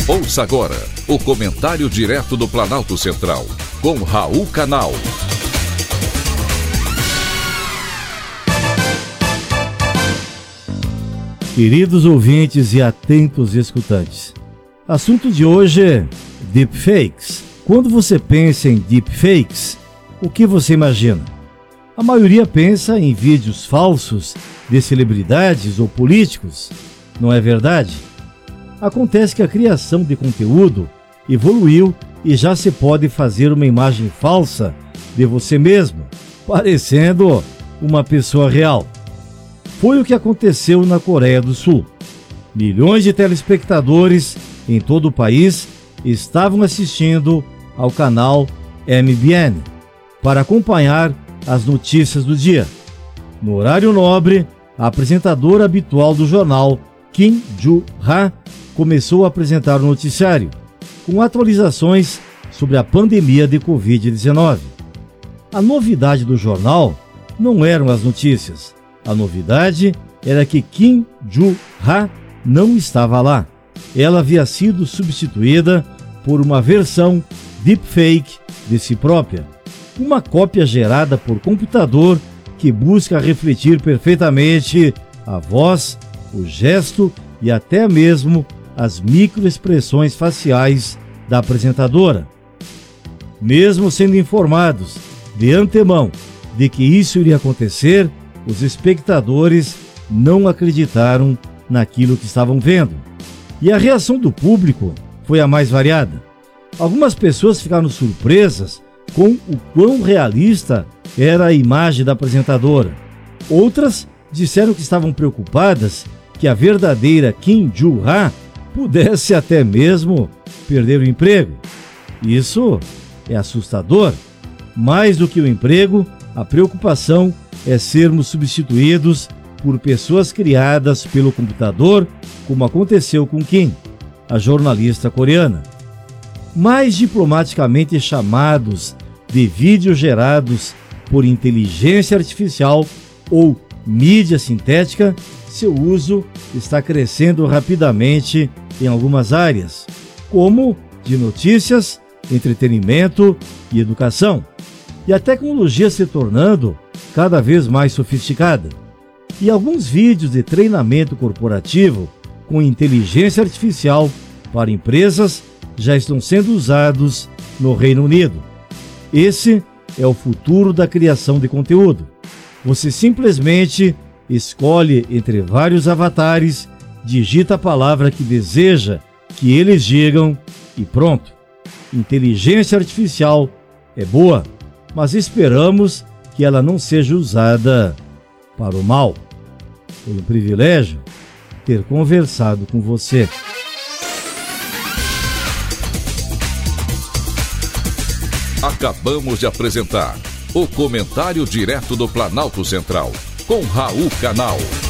Ouça agora o comentário direto do Planalto Central, com Raul Canal. Queridos ouvintes e atentos escutantes, assunto de hoje é deepfakes. Quando você pensa em deepfakes, o que você imagina? A maioria pensa em vídeos falsos de celebridades ou políticos, não é verdade? Acontece que a criação de conteúdo evoluiu e já se pode fazer uma imagem falsa de você mesmo, parecendo uma pessoa real. Foi o que aconteceu na Coreia do Sul. Milhões de telespectadores em todo o país estavam assistindo ao canal MBN para acompanhar as notícias do dia. No horário nobre, a apresentadora habitual do jornal, Kim Joo-ha, começou a apresentar o noticiário, com atualizações sobre a pandemia de Covid-19. A novidade do jornal não eram as notícias. A novidade era que Kim Joo-ha não estava lá. Ela havia sido substituída por uma versão deepfake de si própria, uma cópia gerada por computador que busca refletir perfeitamente a voz, o gesto e até mesmo as microexpressões faciais da apresentadora. Mesmo sendo informados de antemão de que isso iria acontecer, os espectadores não acreditaram naquilo que estavam vendo. E a reação do público foi a mais variada. Algumas pessoas ficaram surpresas com o quão realista era a imagem da apresentadora. Outras disseram que estavam preocupadas que a verdadeira Kim Joo-ha pudesse até mesmo perder o emprego. Isso é assustador. Mais do que o emprego, a preocupação é sermos substituídos por pessoas criadas pelo computador, como aconteceu com Kim, a jornalista coreana. Mais diplomaticamente chamados de vídeos gerados por inteligência artificial ou mídia sintética, seu uso está crescendo rapidamente em algumas áreas, como de notícias, entretenimento e educação, e a tecnologia se tornando cada vez mais sofisticada. E alguns vídeos de treinamento corporativo com inteligência artificial para empresas já estão sendo usados no Reino Unido. Esse é o futuro da criação de conteúdo. Você simplesmente escolhe entre vários avatares, digita a palavra que deseja que eles digam e pronto. Inteligência artificial é boa, mas esperamos que ela não seja usada para o mal. Foi um privilégio ter conversado com você. Acabamos de apresentar o comentário direto do Planalto Central, com Raul Canal.